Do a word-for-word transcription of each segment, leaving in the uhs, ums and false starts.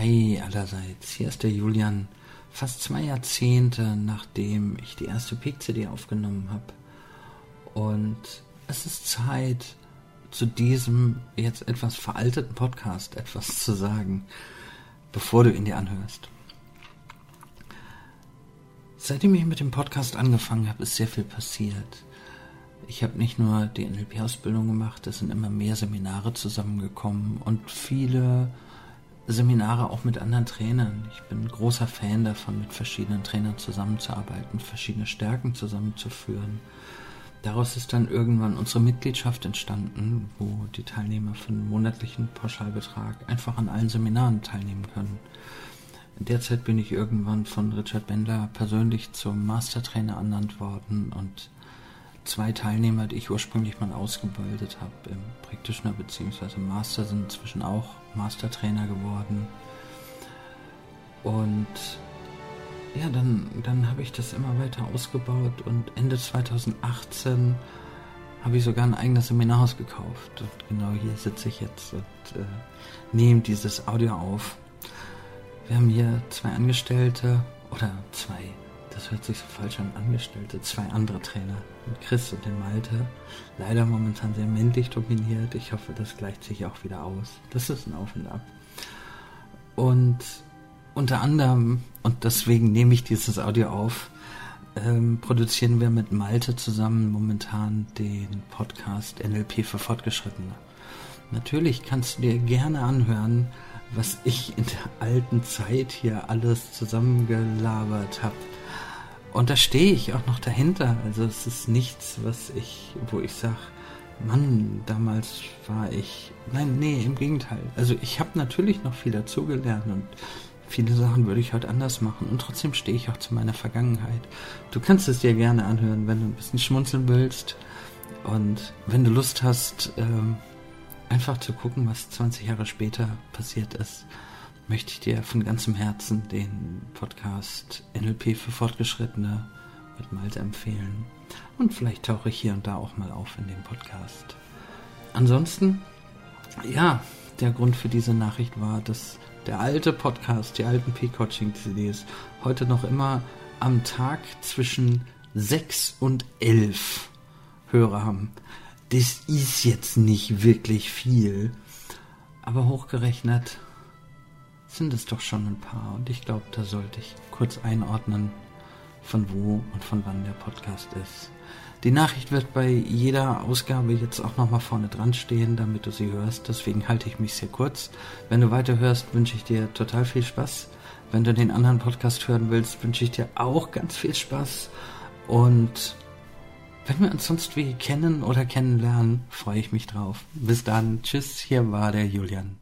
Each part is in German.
Hi allerseits, hier ist der Julian, fast zwei Jahrzehnte nachdem ich die erste Peak-C D aufgenommen habe. Und es ist Zeit, zu diesem jetzt etwas veralteten Podcast etwas zu sagen, bevor du ihn dir anhörst. Seitdem ich mit dem Podcast angefangen habe, ist sehr viel passiert. Ich habe nicht nur die N L P-Ausbildung gemacht, es sind immer mehr Seminare zusammengekommen und viele Seminare auch mit anderen Trainern. Ich bin ein großer Fan davon, mit verschiedenen Trainern zusammenzuarbeiten, verschiedene Stärken zusammenzuführen. Daraus ist dann irgendwann unsere Mitgliedschaft entstanden, wo die Teilnehmer für einen monatlichen Pauschalbetrag einfach an allen Seminaren teilnehmen können. In der Zeit bin ich irgendwann von Richard Bendler persönlich zum Mastertrainer ernannt worden und zwei Teilnehmer, die ich ursprünglich mal ausgebildet habe im Practitioner bzw. Master, sind inzwischen auch Mastertrainer geworden. Und ja, dann, dann habe ich das immer weiter ausgebaut und Ende zweitausendachtzehn habe ich sogar ein eigenes Seminarhaus gekauft. Und genau hier sitze ich jetzt und äh, nehme dieses Audio auf. Wir haben hier zwei Angestellte, oder zwei, das hört sich so falsch an, Angestellte, zwei andere Trainer, den Chris und den Malte. Leider momentan sehr männlich dominiert. Ich hoffe, das gleicht sich auch wieder aus. Das ist ein Auf und Ab. Und unter anderem, und deswegen nehme ich dieses Audio auf, ähm, produzieren wir mit Malte zusammen momentan den Podcast N L P für Fortgeschrittene. Natürlich kannst du dir gerne anhören, was ich in der alten Zeit hier alles zusammengelabert habe. Und da stehe ich auch noch dahinter. Also es ist nichts, was ich, wo ich sage, Mann, damals war ich... Nein, nee, im Gegenteil. Also ich habe natürlich noch viel dazugelernt und viele Sachen würde ich heute anders machen. Und trotzdem stehe ich auch zu meiner Vergangenheit. Du kannst es dir gerne anhören, wenn du ein bisschen schmunzeln willst. Und wenn du Lust hast, ähm, einfach zu gucken, was zwanzig Jahre später passiert ist, möchte ich dir von ganzem Herzen den Podcast N L P für Fortgeschrittene mit Malte empfehlen. Und vielleicht tauche ich hier und da auch mal auf in dem Podcast. Ansonsten, ja, der Grund für diese Nachricht war, dass der alte Podcast, die alten P-Coaching-C Ds, heute noch immer am Tag zwischen sechs und elf Hörer haben. Das ist jetzt nicht wirklich viel, aber hochgerechnet sind es doch schon ein paar. Und ich glaube, da sollte ich kurz einordnen, von wo und von wann der Podcast ist. Die Nachricht wird bei jeder Ausgabe jetzt auch nochmal vorne dran stehen, damit du sie hörst. Deswegen halte ich mich sehr kurz. Wenn du weiterhörst, wünsche ich dir total viel Spaß. Wenn du den anderen Podcast hören willst, wünsche ich dir auch ganz viel Spaß. Und wenn wir uns sonst wie kennen oder kennenlernen, freue ich mich drauf. Bis dann. Tschüss, hier war der Julian.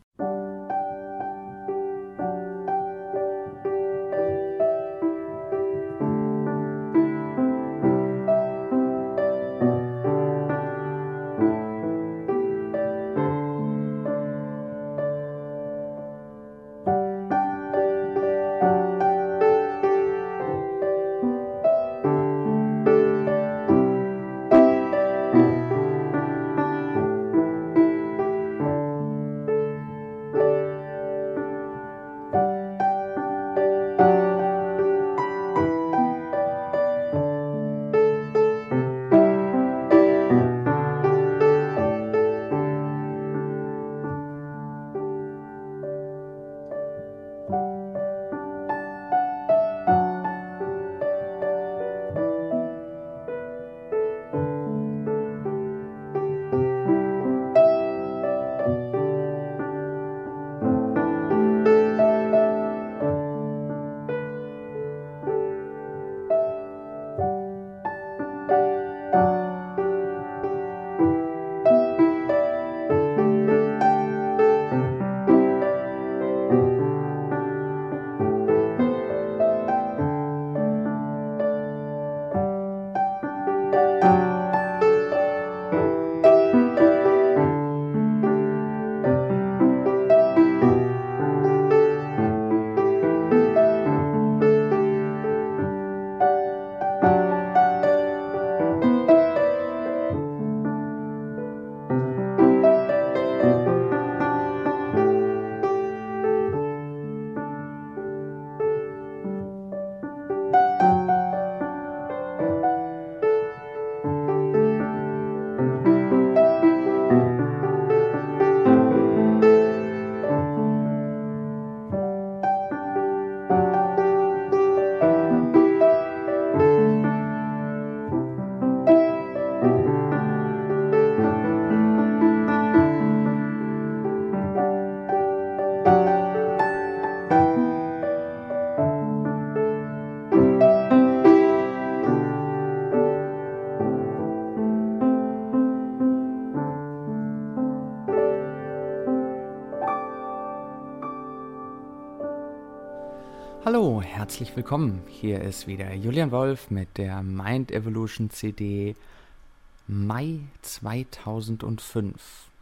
Hallo, herzlich willkommen. Hier ist wieder Julian Wolf mit der Mind Evolution C D Mai zweitausendfünf.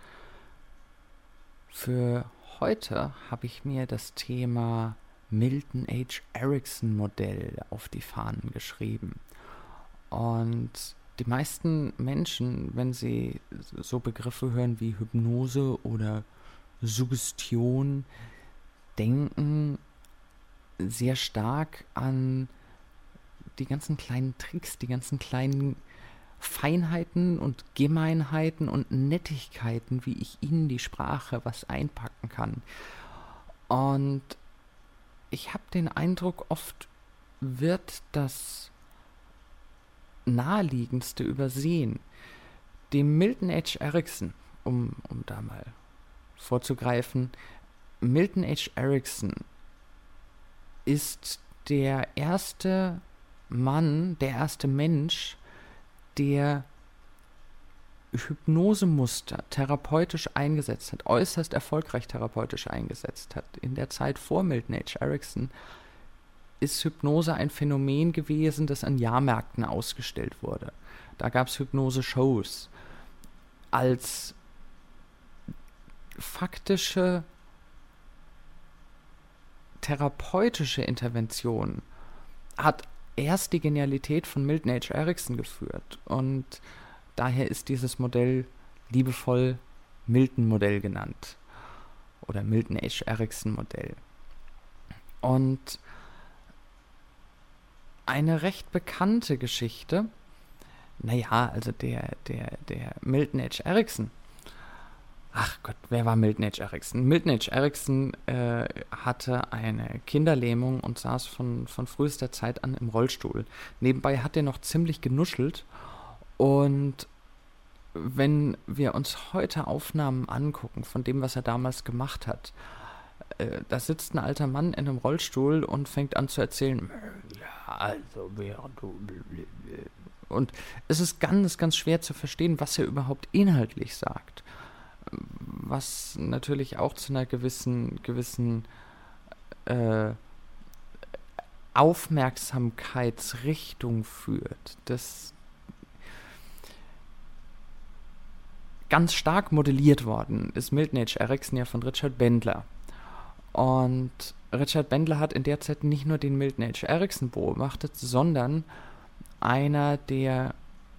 Für heute habe ich mir das Thema Milton H. Erickson Modell auf die Fahnen geschrieben. Und die meisten Menschen, wenn sie so Begriffe hören wie Hypnose oder Suggestion, denken sehr stark an die ganzen kleinen Tricks, die ganzen kleinen Feinheiten und Gemeinheiten und Nettigkeiten, wie ich in die Sprache was einpacken kann. Und ich habe den Eindruck, oft wird das Naheliegendste übersehen. Dem Milton H. Erickson, um, um da mal vorzugreifen, Milton H. Erickson ist der erste Mann, der erste Mensch, der Hypnosemuster therapeutisch eingesetzt hat, äußerst erfolgreich therapeutisch eingesetzt hat. In der Zeit vor Milton H. Erickson ist Hypnose ein Phänomen gewesen, das an Jahrmärkten ausgestellt wurde. Da gab es Hypnose-Shows. Als faktische therapeutische Intervention hat erst die Genialität von Milton H. Erickson geführt. Und daher ist dieses Modell liebevoll Milton-Modell genannt. Oder Milton H. Erickson-Modell. Und eine recht bekannte Geschichte, naja, also der, der, der Milton H. Erickson, ach Gott, wer war Milton H. Erickson? Milton H. Erickson äh, hatte eine Kinderlähmung und saß von, von frühester Zeit an im Rollstuhl. Nebenbei hat er noch ziemlich genuschelt. Und wenn wir uns heute Aufnahmen angucken von dem, was er damals gemacht hat, äh, da sitzt ein alter Mann in einem Rollstuhl und fängt an zu erzählen, ja, also während du... Und es ist ganz, ganz schwer zu verstehen, was er überhaupt inhaltlich sagt. Was natürlich auch zu einer gewissen, gewissen äh, Aufmerksamkeitsrichtung führt. Das ganz stark modelliert worden ist Milton H. Erickson ja von Richard Bandler. Und Richard Bandler hat in der Zeit nicht nur den Milton H. Erickson beobachtet, sondern einer der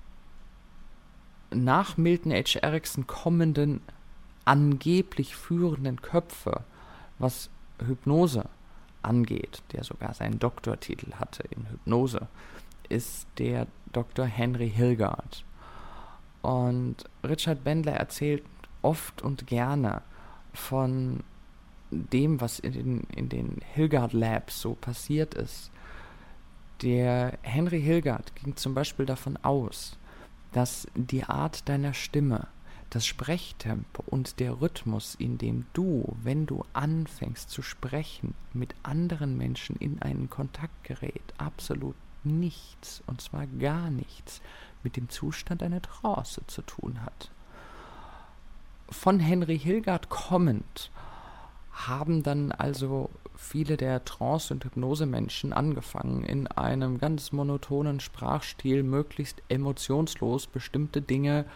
nach Milton H. Erickson kommenden angeblich führenden Köpfe, was Hypnose angeht, der sogar seinen Doktortitel hatte in Hypnose, ist der Doktor Henry Hilgard. Und Richard Bandler erzählt oft und gerne von dem, was in den, in den Hilgard Labs so passiert ist. Der Henry Hilgard ging zum Beispiel davon aus, dass die Art deiner Stimme, das Sprechtempo und der Rhythmus, in dem du, wenn du anfängst zu sprechen, mit anderen Menschen in einen Kontakt gerät, absolut nichts, und zwar gar nichts, mit dem Zustand einer Trance zu tun hat. Von Henry Hilgard kommend haben dann also viele der Trance- und Hypnosemenschen angefangen, in einem ganz monotonen Sprachstil möglichst emotionslos bestimmte Dinge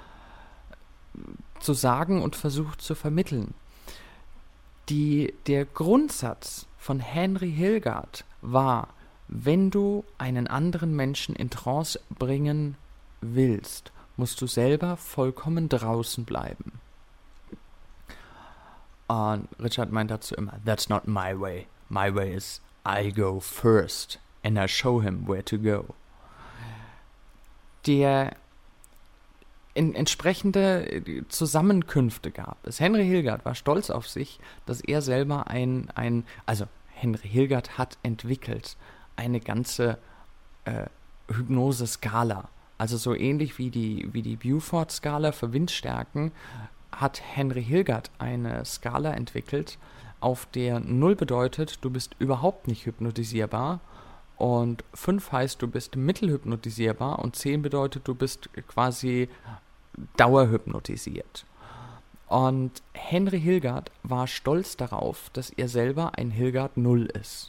zu sagen und versucht zu vermitteln. Die, der Grundsatz von Henry Hilgard war, wenn du einen anderen Menschen in Trance bringen willst, musst du selber vollkommen draußen bleiben. Und Richard meint dazu immer, that's not my way. My way is I go first and I show him where to go. Der in, entsprechende Zusammenkünfte gab es. Henry Hilgard war stolz auf sich, dass er selber ein, ein also Henry Hilgard hat entwickelt eine ganze äh, Hypnose-Skala. Also so ähnlich wie die, wie die Beaufort-Skala für Windstärken hat Henry Hilgard eine Skala entwickelt, auf der null bedeutet, du bist überhaupt nicht hypnotisierbar, und fünf heißt, du bist mittelhypnotisierbar, und zehn bedeutet, du bist quasi dauerhypnotisiert. Und Henry Hilgard war stolz darauf, dass er selber ein Hilgard null ist.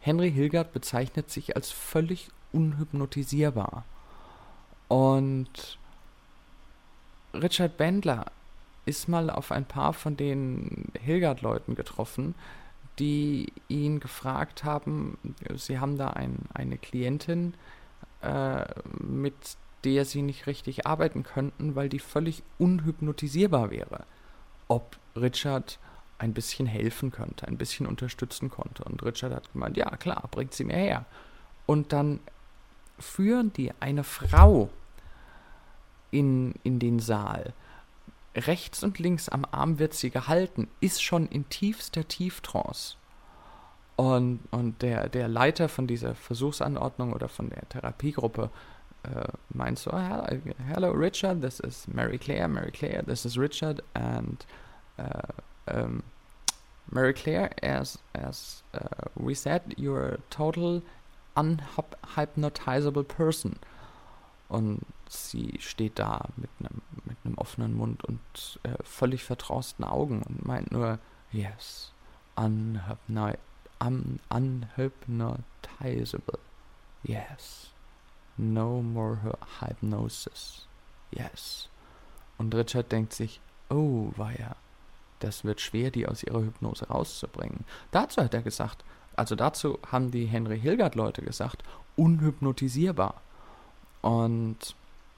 Henry Hilgard bezeichnet sich als völlig unhypnotisierbar. Und Richard Bandler ist mal auf ein paar von den Hilgard-Leuten getroffen, die ihn gefragt haben, sie haben da ein, eine Klientin, äh, mit der sie nicht richtig arbeiten könnten, weil die völlig unhypnotisierbar wäre. Ob Richard ein bisschen helfen könnte, ein bisschen unterstützen konnte. Und Richard hat gemeint, ja klar, bringt sie mir her. Und dann führen die eine Frau in, in den Saal. Rechts und links am Arm wird sie gehalten, ist schon in tiefster Tieftrance. Und, und der, der Leiter von dieser Versuchsanordnung oder von der Therapiegruppe äh, meint so, hello, hello Richard, this is Mary Claire, Mary Claire, this is Richard, and uh, um, Mary Claire, as, as uh, we said, you're a total unhypnotizable person. Und sie steht da mit einem mit einem offenen Mund und äh, völlig vertrausten Augen und meint nur, yes, unhypno- un- unhypnotizable, yes, no more hypnosis, yes. Und Richard denkt sich, oh weia, das wird schwer, die aus ihrer Hypnose rauszubringen. Dazu hat er gesagt, also dazu haben die Henry Hilgard-Leute gesagt, unhypnotisierbar. Und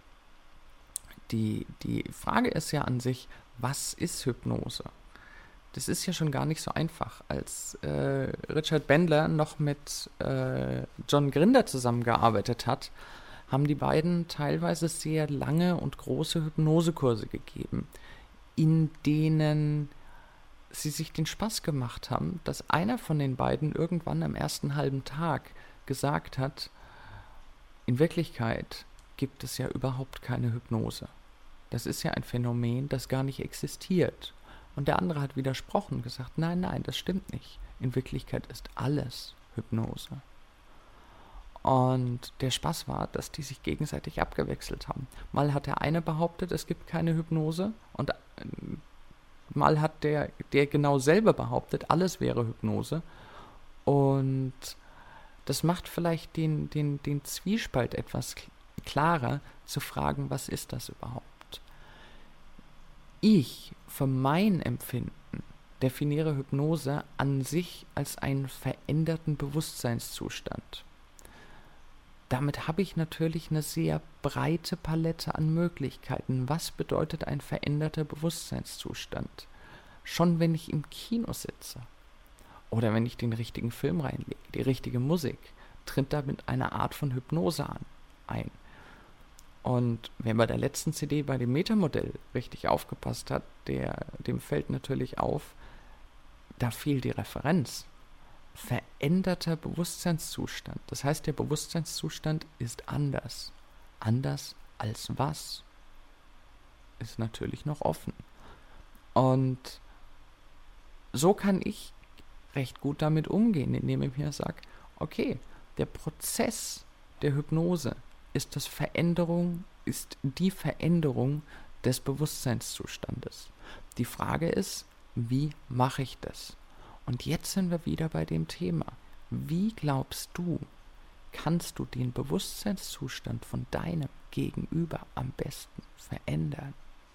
die, die Frage ist ja an sich, was ist Hypnose? Das ist ja schon gar nicht so einfach. Als äh, Richard Bandler noch mit äh, John Grinder zusammengearbeitet hat, haben die beiden teilweise sehr lange und große Hypnosekurse gegeben, in denen sie sich den Spaß gemacht haben, dass einer von den beiden irgendwann am ersten halben Tag gesagt hat, in Wirklichkeit gibt es ja überhaupt keine Hypnose. Das ist ja ein Phänomen, das gar nicht existiert. Und der andere hat widersprochen und gesagt, nein, nein, das stimmt nicht. In Wirklichkeit ist alles Hypnose. Und der Spaß war, dass die sich gegenseitig abgewechselt haben. Mal hat der eine behauptet, es gibt keine Hypnose, und mal hat der, der genau selber behauptet, alles wäre Hypnose. Und das macht vielleicht den, den, den Zwiespalt etwas klarer, zu fragen, was ist das überhaupt? Ich, für mein Empfinden, definiere Hypnose an sich als einen veränderten Bewusstseinszustand. Damit habe ich natürlich eine sehr breite Palette an Möglichkeiten. Was bedeutet ein veränderter Bewusstseinszustand? Schon wenn ich im Kino sitze oder wenn ich den richtigen Film reinlege, die richtige Musik, tritt damit eine Art von Hypnose an, ein. Und wer bei der letzten C D bei dem Metamodell richtig aufgepasst hat, der, dem fällt natürlich auf, da fehlt die Referenz. Veränderter Bewusstseinszustand. Das heißt, der Bewusstseinszustand ist anders. Anders als was? Ist natürlich noch offen. Und so kann ich recht gut damit umgehen, indem ich mir sage, okay, der Prozess der Hypnose ist das Veränderung, ist die Veränderung des Bewusstseinszustandes. Die Frage ist, wie mache ich das? Und jetzt sind wir wieder bei dem Thema. Wie glaubst du, kannst du den Bewusstseinszustand von deinem Gegenüber am besten verändern?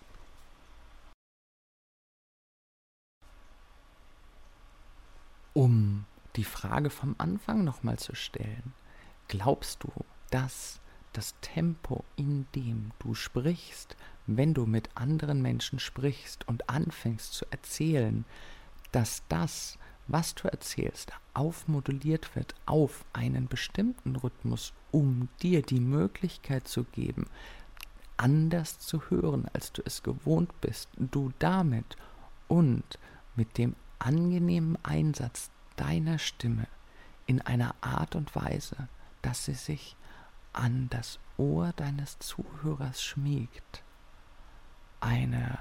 Um die Frage vom Anfang nochmal zu stellen, glaubst du, dass das Tempo, in dem du sprichst, wenn du mit anderen Menschen sprichst und anfängst zu erzählen, dass das, was du erzählst, aufmoduliert wird auf einen bestimmten Rhythmus, um dir die Möglichkeit zu geben, anders zu hören, als du es gewohnt bist, du damit und mit dem angenehmen Einsatz deiner Stimme in einer Art und Weise, dass sie sich an das Ohr deines Zuhörers schmiegt, eine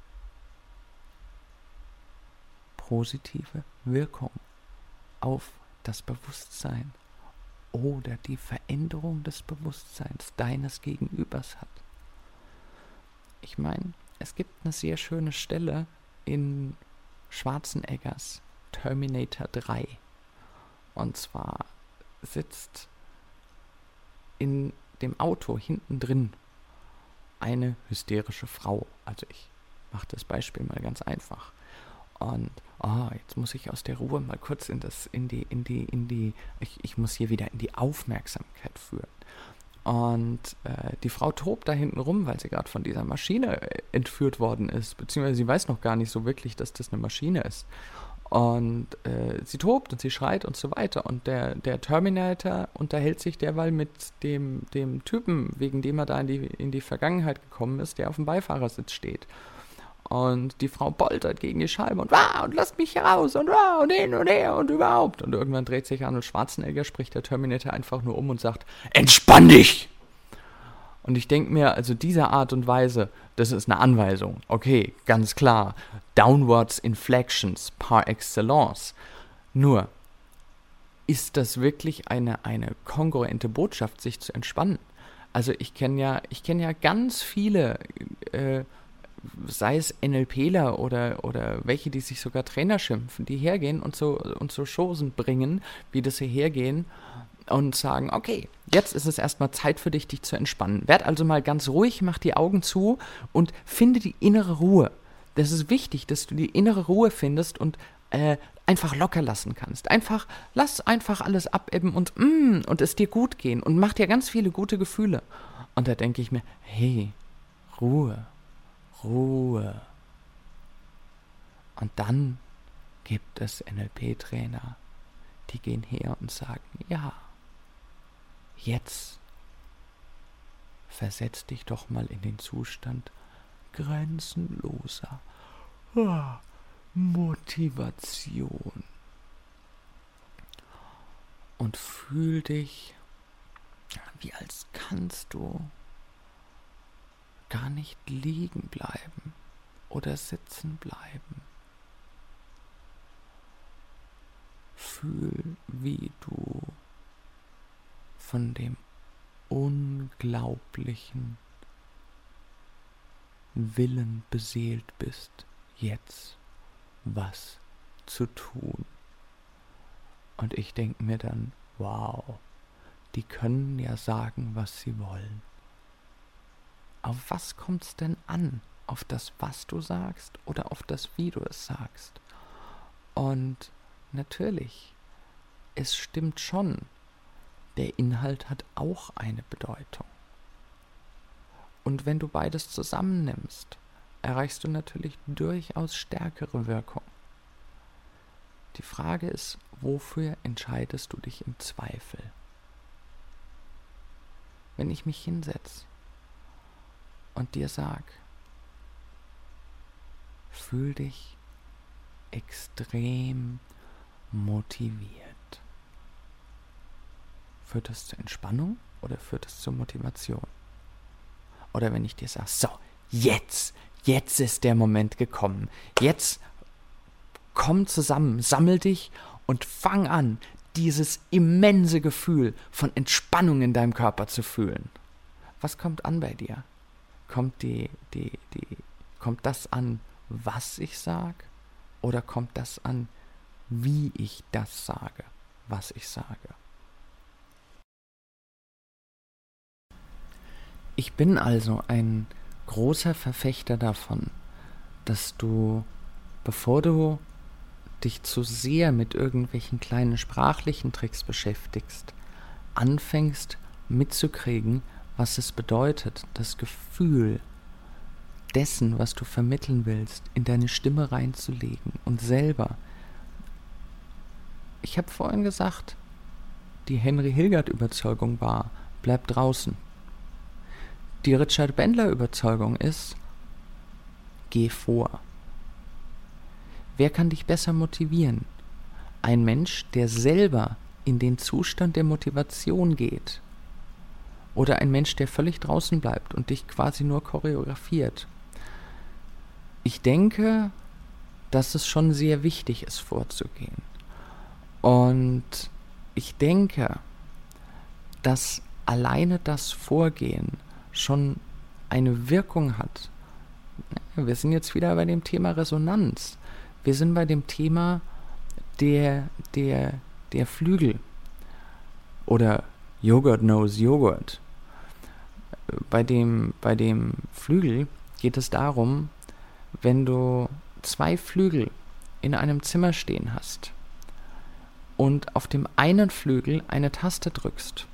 positive Wirkung auf das Bewusstsein oder die Veränderung des Bewusstseins deines Gegenübers hat. Ich meine, es gibt eine sehr schöne Stelle in Schwarzeneggers Terminator drei, Und zwar sitzt in dem Auto hinten drin eine hysterische Frau. Also ich mache das Beispiel mal ganz einfach. Und oh, jetzt muss ich aus der Ruhe mal kurz in das, in die, in die, in die, ich, ich muss hier wieder in die Aufmerksamkeit führen. Und äh, die Frau tobt da hinten rum, weil sie gerade von dieser Maschine entführt worden ist, beziehungsweise sie weiß noch gar nicht so wirklich, dass das eine Maschine ist. Und äh, sie tobt und sie schreit und so weiter. Und der, der Terminator unterhält sich derweil mit dem, dem Typen, wegen dem er da in die, in die Vergangenheit gekommen ist, der auf dem Beifahrersitz steht. Und die Frau poltert gegen die Scheibe und wow, und lasst mich raus und wow, und hin und her und überhaupt. Und irgendwann dreht sich Arnold Schwarzenegger, spricht der Terminator einfach nur um und sagt, entspann dich! Und ich denke mir, also diese Art und Weise, das ist eine Anweisung. Okay, ganz klar. Downwards Inflections par excellence. Nur, ist das wirklich eine, eine kongruente Botschaft, sich zu entspannen? Also ich kenne ja, ich kenne ja ganz viele, äh, sei es NLPler oder, oder welche, die sich sogar Trainer schimpfen, die hergehen und so, und so Chosen bringen, wie das sie hergehen und sagen, okay, jetzt ist es erstmal Zeit für dich, dich zu entspannen. Werd also mal ganz ruhig, mach die Augen zu und finde die innere Ruhe. Das ist wichtig, dass du die innere Ruhe findest und äh, einfach locker lassen kannst. Einfach, lass einfach alles abebben und, mm, und es dir gut gehen und mach dir ganz viele gute Gefühle. Und da denke ich mir, hey, Ruhe. Ruhe. Und dann gibt es N L P-Trainer, die gehen her und sagen, ja, jetzt versetz dich doch mal in den Zustand grenzenloser Motivation und fühl dich, wie als kannst du gar nicht liegen bleiben oder sitzen bleiben. Fühl, wie du von dem unglaublichen Willen beseelt bist, jetzt was zu tun. Und ich denke mir dann, wow, die können ja sagen, was sie wollen. Auf was kommt es denn an? Auf das, was du sagst oder auf das, wie du es sagst? Und natürlich, es stimmt schon, der Inhalt hat auch eine Bedeutung. Und wenn du beides zusammennimmst, erreichst du natürlich durchaus stärkere Wirkung. Die Frage ist, wofür entscheidest du dich im Zweifel? Wenn ich mich hinsetze und dir sag, fühl dich extrem motiviert. Führt das zur Entspannung oder führt das zur Motivation? Oder wenn ich dir sage, so, jetzt, jetzt ist der Moment gekommen. Jetzt komm zusammen, sammel dich und fang an, dieses immense Gefühl von Entspannung in deinem Körper zu fühlen. Was kommt an bei dir? Kommt die, die, die, kommt das an, was ich sage? Oder kommt das an, wie ich das sage, was ich sage? Ich bin also ein großer Verfechter davon, dass du, bevor du dich zu sehr mit irgendwelchen kleinen sprachlichen Tricks beschäftigst, anfängst mitzukriegen, was es bedeutet, das Gefühl dessen, was du vermitteln willst, in deine Stimme reinzulegen und selber. Ich habe vorhin gesagt, die Henry-Hilgert-Überzeugung war, bleib draußen. Die Richard-Bendler-Überzeugung ist, geh vor. Wer kann dich besser motivieren? Ein Mensch, der selber in den Zustand der Motivation geht. Oder ein Mensch, der völlig draußen bleibt und dich quasi nur choreografiert. Ich denke, dass es schon sehr wichtig ist, vorzugehen. Und ich denke, dass alleine das Vorgehen schon eine Wirkung hat. Wir sind jetzt wieder bei dem Thema Resonanz. Wir sind bei dem Thema der, der der Flügel oder Yogurt knows Yogurt. Bei dem, bei dem Flügel geht es darum, wenn du zwei Flügel in einem Zimmer stehen hast und auf dem einen Flügel eine Taste drückst,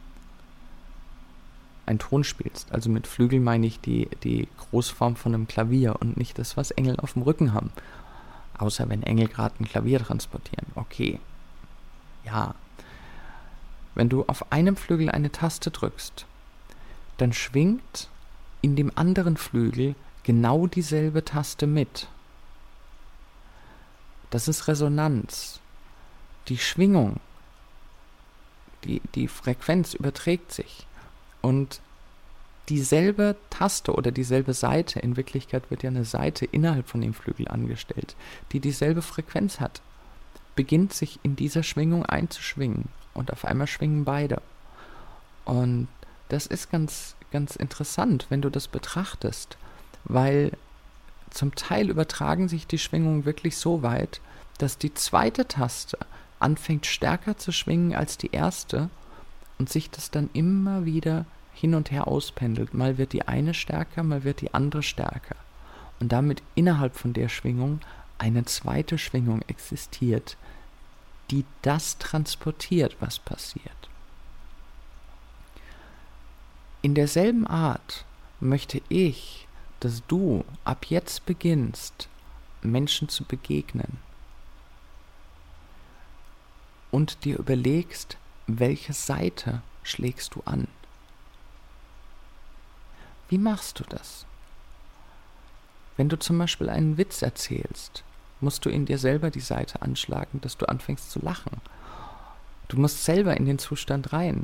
einen Ton spielst, also mit Flügel meine ich die, die Großform von einem Klavier und nicht das, was Engel auf dem Rücken haben. Außer wenn Engel gerade ein Klavier transportieren. Okay. Ja. Wenn du auf einem Flügel eine Taste drückst, dann schwingt in dem anderen Flügel genau dieselbe Taste mit. Das ist Resonanz. Die Schwingung, die, die Frequenz überträgt sich. Und dieselbe Taste oder dieselbe Seite, in Wirklichkeit wird ja eine Seite innerhalb von dem Flügel angestellt, die dieselbe Frequenz hat, beginnt sich in dieser Schwingung einzuschwingen. Und auf einmal schwingen beide. Und das ist ganz, ganz interessant, wenn du das betrachtest, weil zum Teil übertragen sich die Schwingungen wirklich so weit, dass die zweite Taste anfängt stärker zu schwingen als die erste und sich das dann immer wieder hin und her auspendelt. Mal wird die eine stärker, mal wird die andere stärker. Und damit innerhalb von der Schwingung eine zweite Schwingung existiert, die das transportiert, was passiert. In derselben Art möchte ich, dass du ab jetzt beginnst, Menschen zu begegnen und dir überlegst, welche Seite schlägst du an? Wie machst du das? Wenn du zum Beispiel einen Witz erzählst, musst du in dir selber die Seite anschlagen, dass du anfängst zu lachen. Du musst selber in den Zustand rein.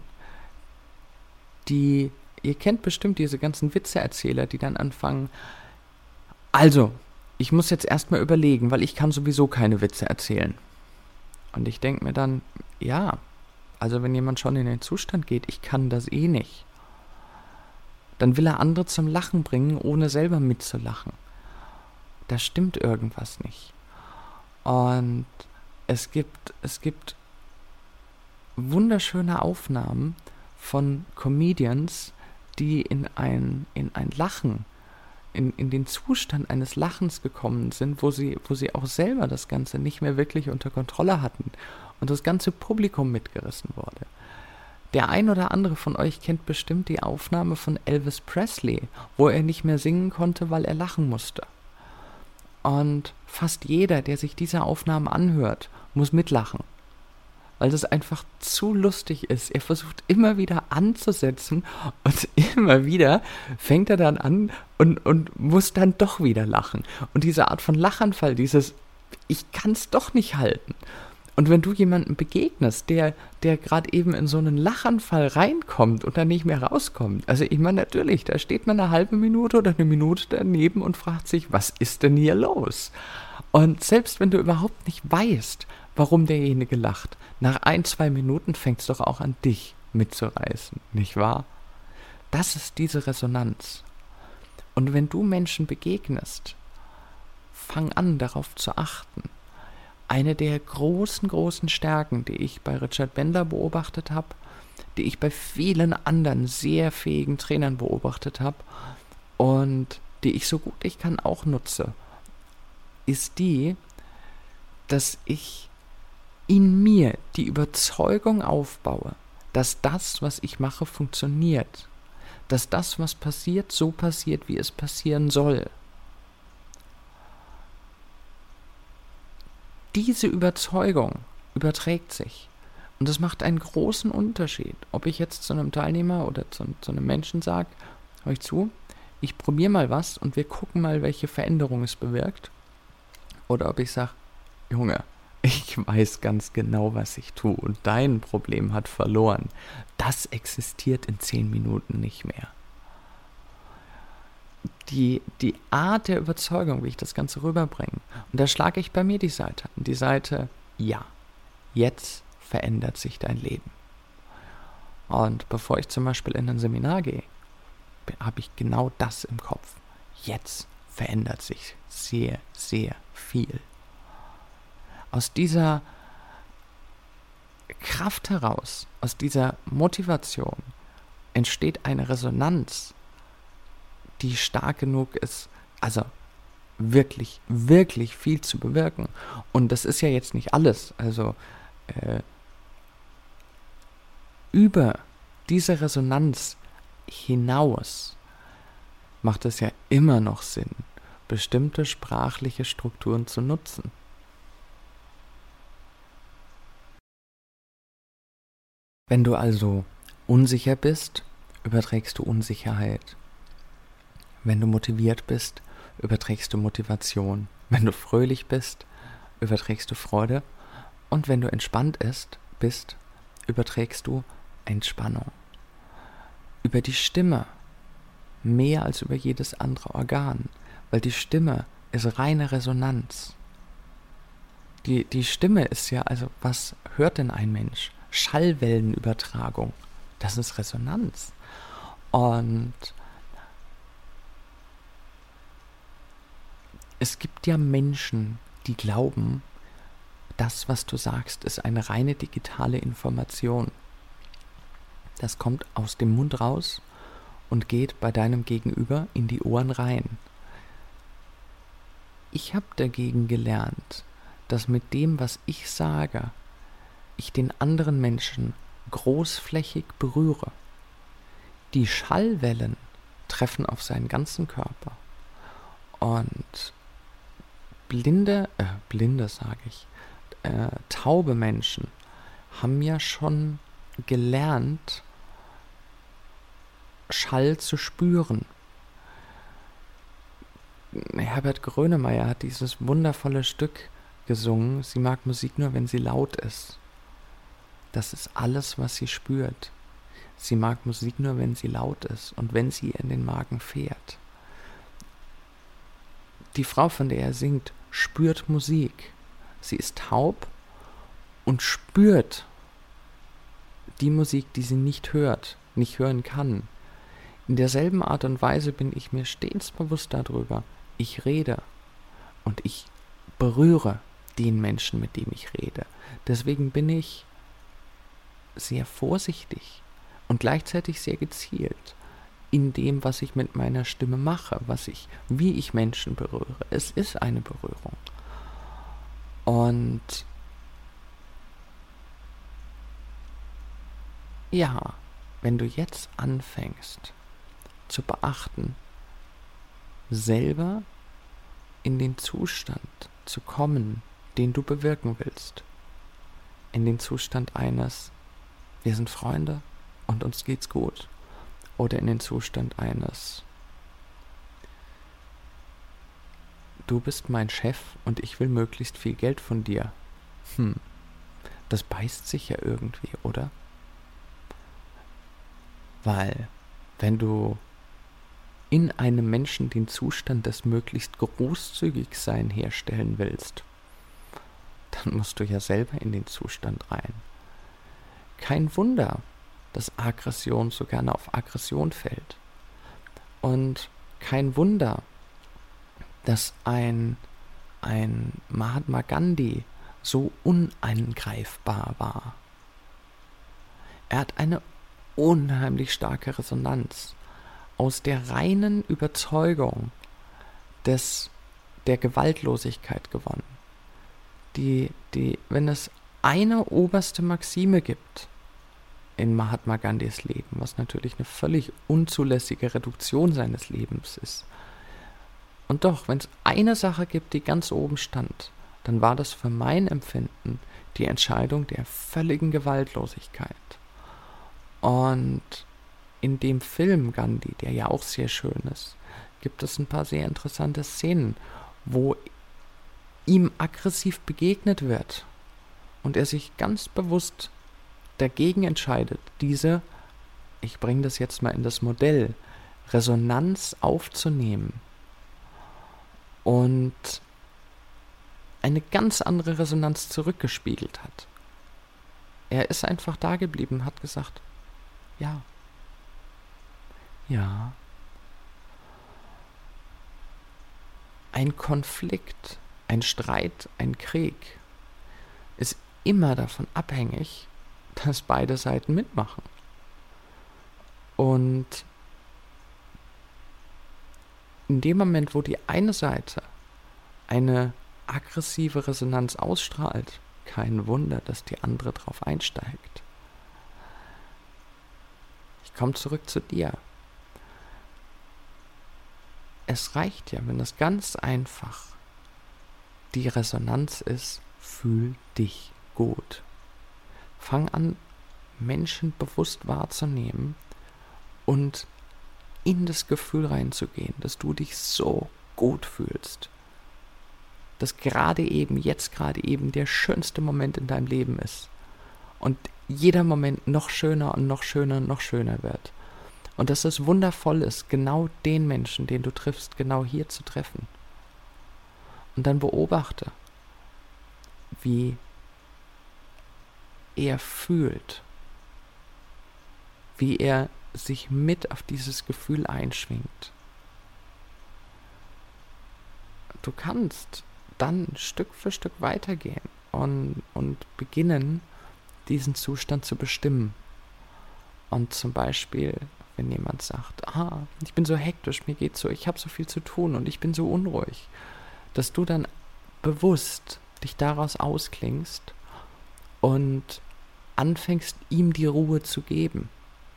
Die, ihr kennt bestimmt diese ganzen Witzeerzähler, die dann anfangen, also, ich muss jetzt erstmal überlegen, weil ich kann sowieso keine Witze erzählen. Und ich denke mir dann, ja, also wenn jemand schon in den Zustand geht, ich kann das eh nicht, dann will er andere zum Lachen bringen, ohne selber mitzulachen. Da stimmt irgendwas nicht. Und es gibt, es gibt wunderschöne Aufnahmen von Comedians, die in ein, in ein Lachen, in, in den Zustand eines Lachens gekommen sind, wo sie, wo sie auch selber das Ganze nicht mehr wirklich unter Kontrolle hatten und das ganze Publikum mitgerissen wurde. Der ein oder andere von euch kennt bestimmt die Aufnahme von Elvis Presley, wo er nicht mehr singen konnte, weil er lachen musste. Und fast jeder, der sich diese Aufnahmen anhört, muss mitlachen, weil das einfach zu lustig ist. Er versucht immer wieder anzusetzen und immer wieder fängt er dann an und, und muss dann doch wieder lachen. Und diese Art von Lachanfall, dieses ich kann es doch nicht halten. Und wenn du jemandem begegnest, der, der gerade eben in so einen Lachanfall reinkommt und dann nicht mehr rauskommt, also ich meine natürlich, da steht man eine halbe Minute oder eine Minute daneben und fragt sich, was ist denn hier los? Und selbst wenn du überhaupt nicht weißt, warum derjenige lacht, nach ein, zwei Minuten fängt es doch auch an, dich mitzureißen, nicht wahr? Das ist diese Resonanz. Und wenn du Menschen begegnest, fang an, darauf zu achten. Eine der großen, großen Stärken, die ich bei Richard Bandler beobachtet habe, die ich bei vielen anderen sehr fähigen Trainern beobachtet habe und die ich so gut ich kann auch nutze, ist die, dass ich in mir die Überzeugung aufbaue, dass das, was ich mache, funktioniert. Dass das, was passiert, so passiert, wie es passieren soll. Diese Überzeugung überträgt sich. Und das macht einen großen Unterschied, ob ich jetzt zu einem Teilnehmer oder zu, zu einem Menschen sage, hör ich zu, ich probiere mal was und wir gucken mal, welche Veränderung es bewirkt. Oder ob ich sage, Junge, ich weiß ganz genau, was ich tue und dein Problem hat verloren. Das existiert in zehn Minuten nicht mehr. Die, die Art der Überzeugung, wie ich das Ganze rüberbringe. Und da schlage ich bei mir die Seite an. Die Seite, ja, jetzt verändert sich dein Leben. Und bevor ich zum Beispiel in ein Seminar gehe, habe ich genau das im Kopf. Jetzt verändert sich sehr, sehr viel. Aus dieser Kraft heraus, aus dieser Motivation, entsteht eine Resonanz, die stark genug ist, also wirklich, wirklich viel zu bewirken. Und das ist ja jetzt nicht alles. Also äh, über diese Resonanz hinaus macht es ja immer noch Sinn, bestimmte sprachliche Strukturen zu nutzen. Wenn du also unsicher bist, überträgst du Unsicherheit. Wenn du motiviert bist, überträgst du Motivation. Wenn du fröhlich bist, überträgst du Freude. Und wenn du entspannt ist, bist, überträgst du Entspannung. Über die Stimme mehr als über jedes andere Organ, weil die Stimme ist reine Resonanz. Die, die Stimme ist ja, also was hört denn ein Mensch? Schallwellenübertragung, das ist Resonanz. Und es gibt ja Menschen, die glauben, das, was du sagst, ist eine reine digitale Information. Das kommt aus dem Mund raus und geht bei deinem Gegenüber in die Ohren rein. Ich habe dagegen gelernt, dass mit dem, was ich sage, ich den anderen Menschen großflächig berühre. Die Schallwellen treffen auf seinen ganzen Körper. Und blinde, äh, blinde sage ich, äh, taube Menschen haben ja schon gelernt, Schall zu spüren. Herbert Grönemeyer hat dieses wundervolle Stück gesungen, sie mag Musik nur, wenn sie laut ist. Das ist alles, was sie spürt. Sie mag Musik nur, wenn sie laut ist und wenn sie in den Magen fährt. Die Frau, von der er singt, spürt Musik. Sie ist taub und spürt die Musik, die sie nicht hört, nicht hören kann. In derselben Art und Weise bin ich mir stets bewusst darüber. Ich rede und ich berühre den Menschen, mit dem ich rede. Deswegen bin ich sehr vorsichtig und gleichzeitig sehr gezielt in dem, was ich mit meiner Stimme mache, was ich, wie ich Menschen berühre. Es ist eine Berührung. Und ja, wenn du jetzt anfängst zu beachten, selber in den Zustand zu kommen, den du bewirken willst, in den Zustand eines, wir sind Freunde und uns geht's gut, oder in den Zustand eines, du bist mein Chef und ich will möglichst viel Geld von dir. Hm, das beißt sich ja irgendwie, oder? Weil, wenn du in einem Menschen den Zustand des möglichst Großzügigsein herstellen willst, dann musst du ja selber in den Zustand rein. Kein Wunder, dass Aggression so gerne auf Aggression fällt. Und kein Wunder, dass ein, ein Mahatma Gandhi so unangreifbar war. Er hat eine unheimlich starke Resonanz aus der reinen Überzeugung des, der Gewaltlosigkeit gewonnen. Die, die, wenn es eine oberste Maxime gibt in Mahatma Gandhis Leben, was natürlich eine völlig unzulässige Reduktion seines Lebens ist, und doch, wenn es eine Sache gibt, die ganz oben stand, dann war das für mein Empfinden die Entscheidung der völligen Gewaltlosigkeit. Und in dem Film Gandhi, der ja auch sehr schön ist, gibt es ein paar sehr interessante Szenen, wo ihm aggressiv begegnet wird und er sich ganz bewusst dagegen entscheidet, diese, ich bringe das jetzt mal in das Modell, Resonanz aufzunehmen und eine ganz andere Resonanz zurückgespiegelt hat. Er ist einfach da geblieben, hat gesagt, ja, ja, ein Konflikt, ein Streit, ein Krieg ist immer davon abhängig, dass beide Seiten mitmachen. Und in dem Moment, wo die eine Seite eine aggressive Resonanz ausstrahlt, kein Wunder, dass die andere drauf einsteigt. Ich komme zurück zu dir. Es reicht ja, wenn es ganz einfach die Resonanz ist, fühl dich gut. Fang an, Menschen bewusst wahrzunehmen und in das Gefühl reinzugehen, dass du dich so gut fühlst. Dass gerade eben, jetzt gerade eben der schönste Moment in deinem Leben ist. Und jeder Moment noch schöner und noch schöner und noch schöner wird. Und dass es wundervoll ist, genau den Menschen, den du triffst, genau hier zu treffen. Und dann beobachte, wie er fühlt, wie er sich mit auf dieses Gefühl einschwingt. Du kannst dann Stück für Stück weitergehen und, und beginnen, diesen Zustand zu bestimmen. Und zum Beispiel, wenn jemand sagt, ah, ich bin so hektisch, mir geht's so, ich habe so viel zu tun und ich bin so unruhig, dass du dann bewusst dich daraus ausklingst und anfängst, ihm die Ruhe zu geben.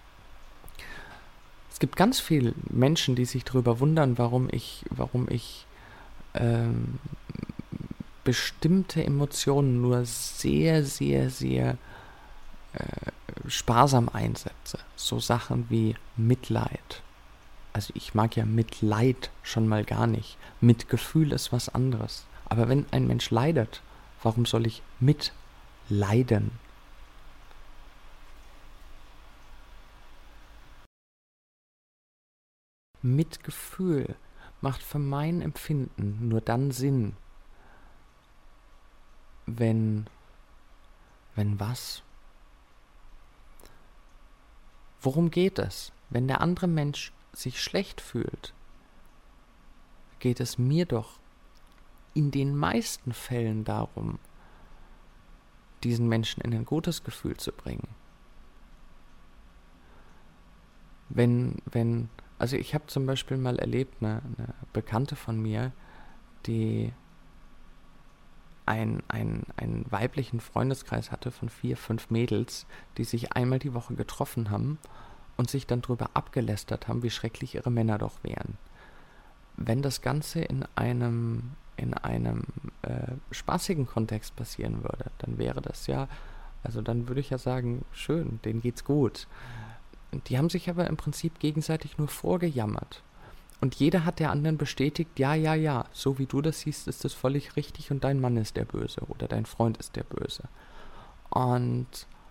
Es gibt ganz viele Menschen, die sich darüber wundern, warum ich, warum ich ähm, bestimmte Emotionen nur sehr, sehr, sehr äh, sparsam einsetze. So Sachen wie Mitleid. Also ich mag ja Mitleid schon mal gar nicht. Mitgefühl ist was anderes. Aber wenn ein Mensch leidet, warum soll ich mitleiden? Mitgefühl macht für mein Empfinden nur dann Sinn, wenn, wenn was? Worum geht es? Wenn der andere Mensch sich schlecht fühlt, geht es mir doch in den meisten Fällen darum, diesen Menschen in ein gutes Gefühl zu bringen. Wenn, wenn, also ich habe zum Beispiel mal erlebt, eine, eine Bekannte von mir, die ein, ein, einen weiblichen Freundeskreis hatte von vier, fünf Mädels, die sich einmal die Woche getroffen haben und sich dann darüber abgelästert haben, wie schrecklich ihre Männer doch wären. Wenn das Ganze in einem, in einem äh, spaßigen Kontext passieren würde, dann wäre das ja, also dann würde ich ja sagen, schön, denen geht's gut. Die haben sich aber im Prinzip gegenseitig nur vorgejammert. Und jeder hat der anderen bestätigt, ja, ja, ja, so wie du das siehst, ist das völlig richtig und dein Mann ist der Böse oder dein Freund ist der Böse. Und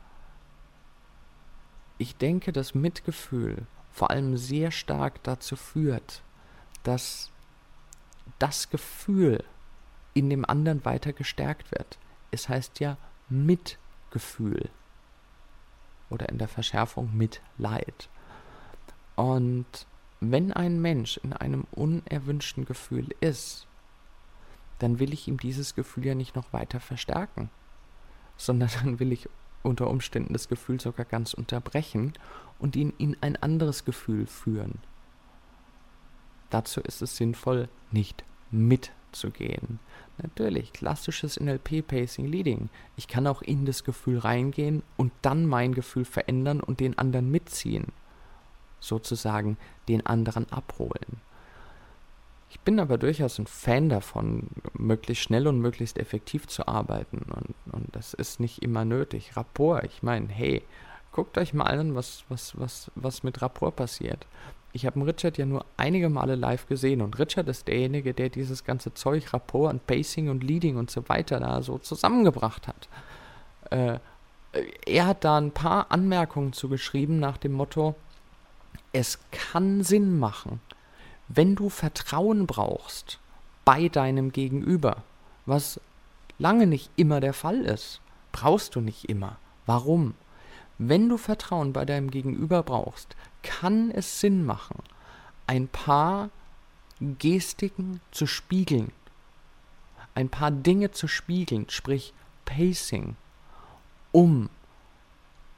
ich denke, dass Mitgefühl vor allem sehr stark dazu führt, dass das Gefühl in dem anderen weiter gestärkt wird. Es heißt ja Mitgefühl oder in der Verschärfung Mitleid. Und wenn ein Mensch in einem unerwünschten Gefühl ist, dann will ich ihm dieses Gefühl ja nicht noch weiter verstärken, sondern dann will ich unter Umständen das Gefühl sogar ganz unterbrechen und ihn in ein anderes Gefühl führen. Dazu ist es sinnvoll, nicht mitzugehen. Natürlich, klassisches N L P, Pacing, Leading. Ich kann auch in das Gefühl reingehen und dann mein Gefühl verändern und den anderen mitziehen. Sozusagen den anderen abholen. Ich bin aber durchaus ein Fan davon, möglichst schnell und möglichst effektiv zu arbeiten. Und, und das ist nicht immer nötig. Rapport, ich meine, hey, guckt euch mal an, was, was, was, was mit Rapport passiert. Ich habe Richard ja nur einige Male live gesehen und Richard ist derjenige, der dieses ganze Zeug, Rapport und Pacing und Leading und so weiter da so zusammengebracht hat. Äh, er hat da ein paar Anmerkungen zugeschrieben nach dem Motto, es kann Sinn machen, wenn du Vertrauen brauchst bei deinem Gegenüber, was lange nicht immer der Fall ist, brauchst du nicht immer. Warum? Wenn du Vertrauen bei deinem Gegenüber brauchst, kann es Sinn machen, ein paar Gestiken zu spiegeln, ein paar Dinge zu spiegeln, sprich Pacing, um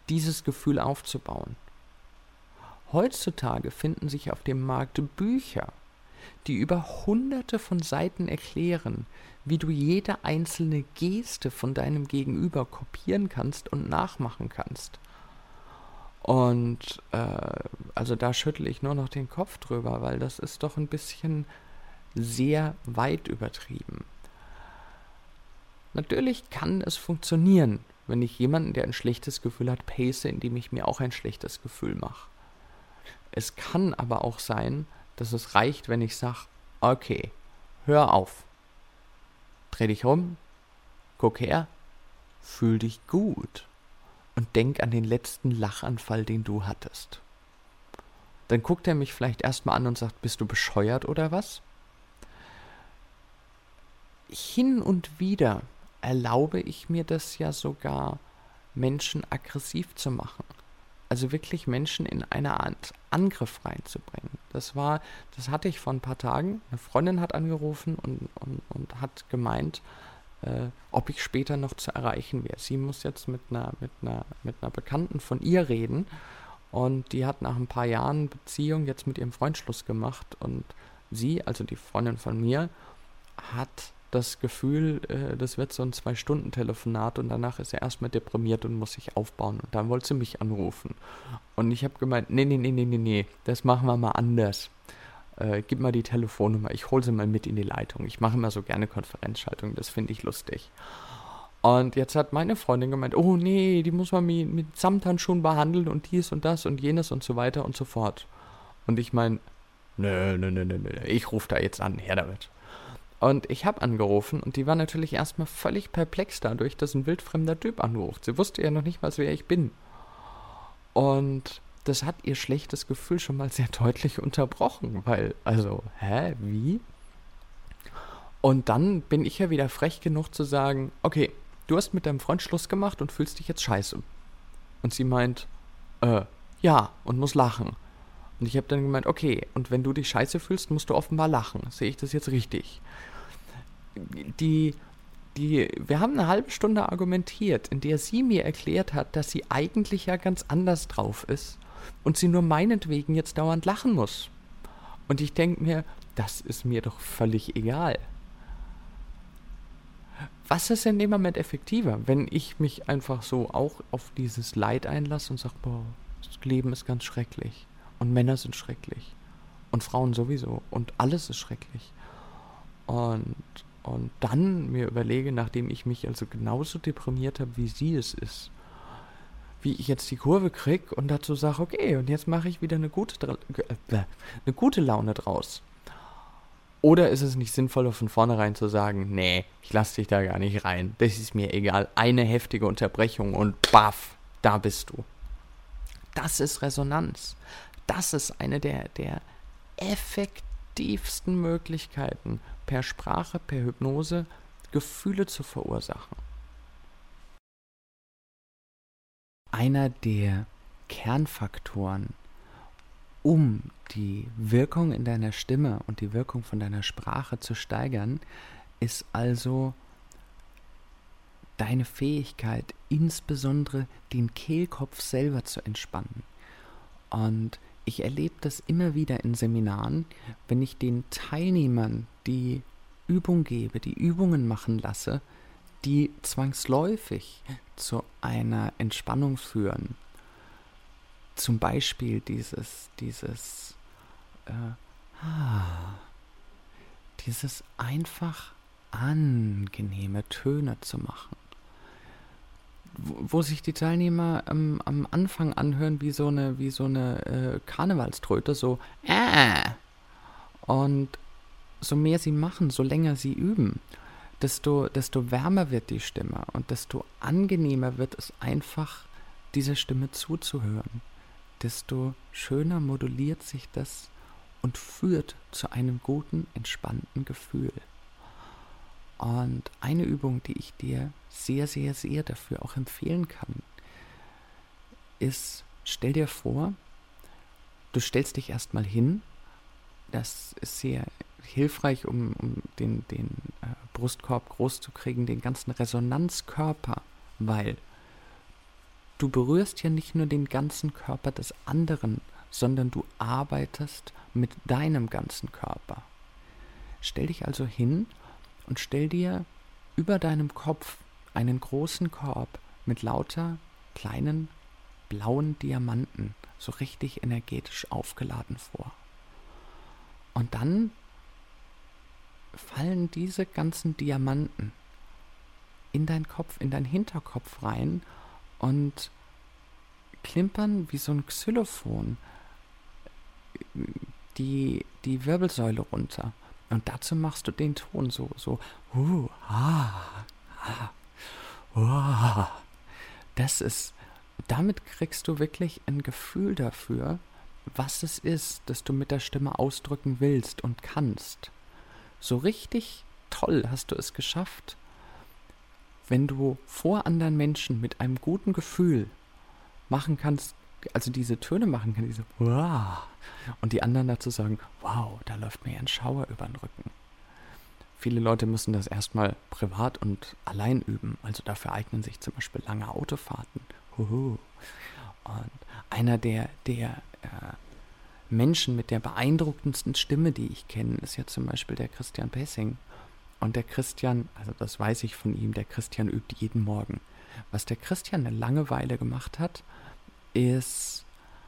dieses Gefühl aufzubauen. Heutzutage finden sich auf dem Markt Bücher, die über hunderte von Seiten erklären, wie du jede einzelne Geste von deinem Gegenüber kopieren kannst und nachmachen kannst. Und äh, also da schüttle ich nur noch den Kopf drüber, weil das ist doch ein bisschen sehr weit übertrieben. Natürlich kann es funktionieren, wenn ich jemanden, der ein schlechtes Gefühl hat, pace, indem ich mir auch ein schlechtes Gefühl mache. Es kann aber auch sein, dass es reicht, wenn ich sage, okay, hör auf, dreh dich rum, guck her, fühl dich gut und denk an den letzten Lachanfall, den du hattest. Dann guckt er mich vielleicht erstmal an und sagt, bist du bescheuert oder was? Hin und wieder erlaube ich mir das ja sogar, Menschen aggressiv zu machen. Also wirklich Menschen in eine Art Angriff reinzubringen. Das war, das hatte ich vor ein paar Tagen. Eine Freundin hat angerufen und, und, und hat gemeint, äh, ob ich später noch zu erreichen wäre. Sie muss jetzt mit einer, mit einer, mit einer Bekannten von ihr reden und die hat nach ein paar Jahren Beziehung jetzt mit ihrem Freund Schluss gemacht und sie, also die Freundin von mir, hat das Gefühl, äh, das wird so ein Zwei-Stunden-Telefonat und danach ist er erstmal deprimiert und muss sich aufbauen. Und dann wollte sie mich anrufen. Und ich habe gemeint, nee, nee, nee, nee, nee, nee, das machen wir mal anders. Äh, gib mal die Telefonnummer, ich hole sie mal mit in die Leitung. Ich mache immer so gerne Konferenzschaltungen, das finde ich lustig. Und jetzt hat meine Freundin gemeint, oh nee, die muss man mit, mit Samthandschuhen behandeln und dies und das und jenes und so weiter und so fort. Und ich meine, nö, nö, nö, nö, nö, ich rufe da jetzt an, her damit. Und ich habe angerufen und die war natürlich erstmal völlig perplex dadurch, dass ein wildfremder Typ anruft. Sie wusste ja noch nicht mal, wer ich bin. Und das hat ihr schlechtes Gefühl schon mal sehr deutlich unterbrochen, weil, also, hä, wie? Und dann bin ich ja wieder frech genug zu sagen, okay, du hast mit deinem Freund Schluss gemacht und fühlst dich jetzt scheiße. Und sie meint, äh, ja, und muss lachen. Und ich habe dann gemeint, okay, und wenn du dich scheiße fühlst, musst du offenbar lachen. Sehe ich das jetzt richtig? Die, die, wir haben eine halbe Stunde argumentiert, in der sie mir erklärt hat, dass sie eigentlich ja ganz anders drauf ist und sie nur meinetwegen jetzt dauernd lachen muss. Und ich denke mir, das ist mir doch völlig egal. Was ist in dem Moment effektiver, wenn ich mich einfach so auch auf dieses Leid einlasse und sage, boah, das Leben ist ganz schrecklich und Männer sind schrecklich und Frauen sowieso und alles ist schrecklich. Und, und dann mir überlege, nachdem ich mich also genauso deprimiert habe, wie sie es ist, wie ich jetzt die Kurve kriege und dazu sage, okay, und jetzt mache ich wieder eine gute, äh, eine gute Laune draus. Oder ist es nicht sinnvoller, von vornherein zu sagen, nee, ich lasse dich da gar nicht rein, das ist mir egal, eine heftige Unterbrechung und baff, da bist du. Das ist Resonanz. Das ist eine der, der effektivsten Möglichkeiten, per Sprache, per Hypnose Gefühle zu verursachen. Einer der Kernfaktoren, um die Wirkung in deiner Stimme und die Wirkung von deiner Sprache zu steigern, ist also deine Fähigkeit, insbesondere den Kehlkopf selber zu entspannen. Und ich erlebe das immer wieder in Seminaren, wenn ich den Teilnehmern die Übung gebe, die Übungen machen lasse, die zwangsläufig zu einer Entspannung führen. Zum Beispiel dieses, dieses, äh, ah, dieses einfach angenehme Töne zu machen. Wo, wo sich die Teilnehmer ähm, am Anfang anhören wie so eine, wie so eine äh, Karnevalströte, so äh. Und so mehr sie machen, so länger sie üben, desto, desto wärmer wird die Stimme und desto angenehmer wird es einfach, dieser Stimme zuzuhören. Desto schöner moduliert sich das und führt zu einem guten, entspannten Gefühl. Und eine Übung, die ich dir sehr, sehr, sehr dafür auch empfehlen kann, ist, stell dir vor, du stellst dich erstmal hin. Das ist sehr hilfreich, um, um den, den äh, Brustkorb groß zu kriegen, den ganzen Resonanzkörper, weil du berührst ja nicht nur den ganzen Körper des anderen, sondern du arbeitest mit deinem ganzen Körper. Stell dich also hin und stell dir über deinem Kopf einen großen Korb mit lauter kleinen blauen Diamanten, so richtig energetisch aufgeladen vor. Und dann fallen diese ganzen Diamanten in deinen Kopf, in deinen Hinterkopf rein und klimpern wie so ein Xylophon die, die Wirbelsäule runter. Und dazu machst du den Ton so, so, uh, ah, ah, uh. Das ist, damit kriegst du wirklich ein Gefühl dafür, was es ist, das du mit der Stimme ausdrücken willst und kannst. So richtig toll hast du es geschafft, wenn du vor anderen Menschen mit einem guten Gefühl machen kannst, also diese Töne machen kannst, diese wow, und die anderen dazu sagen, wow, da läuft mir ein Schauer über den Rücken. Viele Leute müssen das erstmal privat und allein üben, also dafür eignen sich zum Beispiel lange Autofahrten. Huhu. Und einer der, der äh, Menschen mit der beeindruckendsten Stimme, die ich kenne, ist ja zum Beispiel der Christian Pessing. Und der Christian, also das weiß ich von ihm, der Christian übt jeden Morgen. Was der Christian eine Langeweile gemacht hat, ist,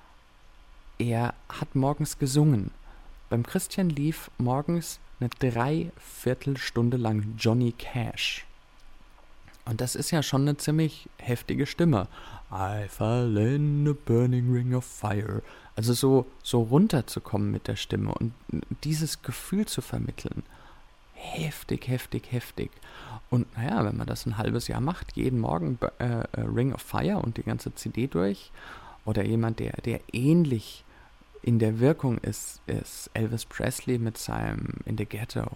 er hat morgens gesungen. Beim Christian lief morgens eine Dreiviertelstunde lang Johnny Cash. Und das ist ja schon eine ziemlich heftige Stimme. I fell in a burning ring of fire. Also so, so runterzukommen mit der Stimme und dieses Gefühl zu vermitteln. Heftig, heftig, heftig. Und naja, wenn man das ein halbes Jahr macht, jeden Morgen äh, Ring of Fire und die ganze C D durch, oder jemand, der, der ähnlich in der Wirkung ist, ist Elvis Presley mit seinem In the Ghetto.